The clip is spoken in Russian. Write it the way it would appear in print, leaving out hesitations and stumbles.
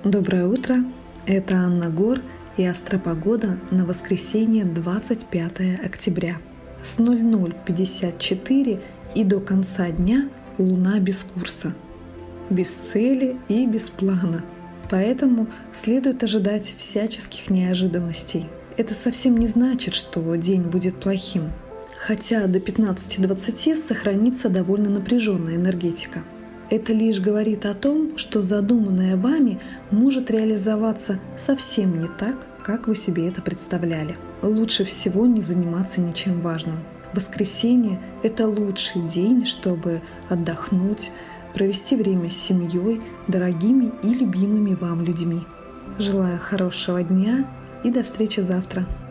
Доброе утро! Это Анна Гор и астропогода на воскресенье 25 октября. С 00:54 и до конца дня Луна без курса, без цели и без плана. Поэтому следует ожидать всяческих неожиданностей. Это совсем не значит, что день будет плохим, хотя до 15:20 сохранится довольно напряженная энергетика. Это лишь говорит о том, что задуманное вами может реализоваться совсем не так, как вы себе это представляли. Лучше всего не заниматься ничем важным. Воскресенье – это лучший день, чтобы отдохнуть, провести время с семьей, дорогими и любимыми вам людьми. Желаю хорошего дня и до встречи завтра.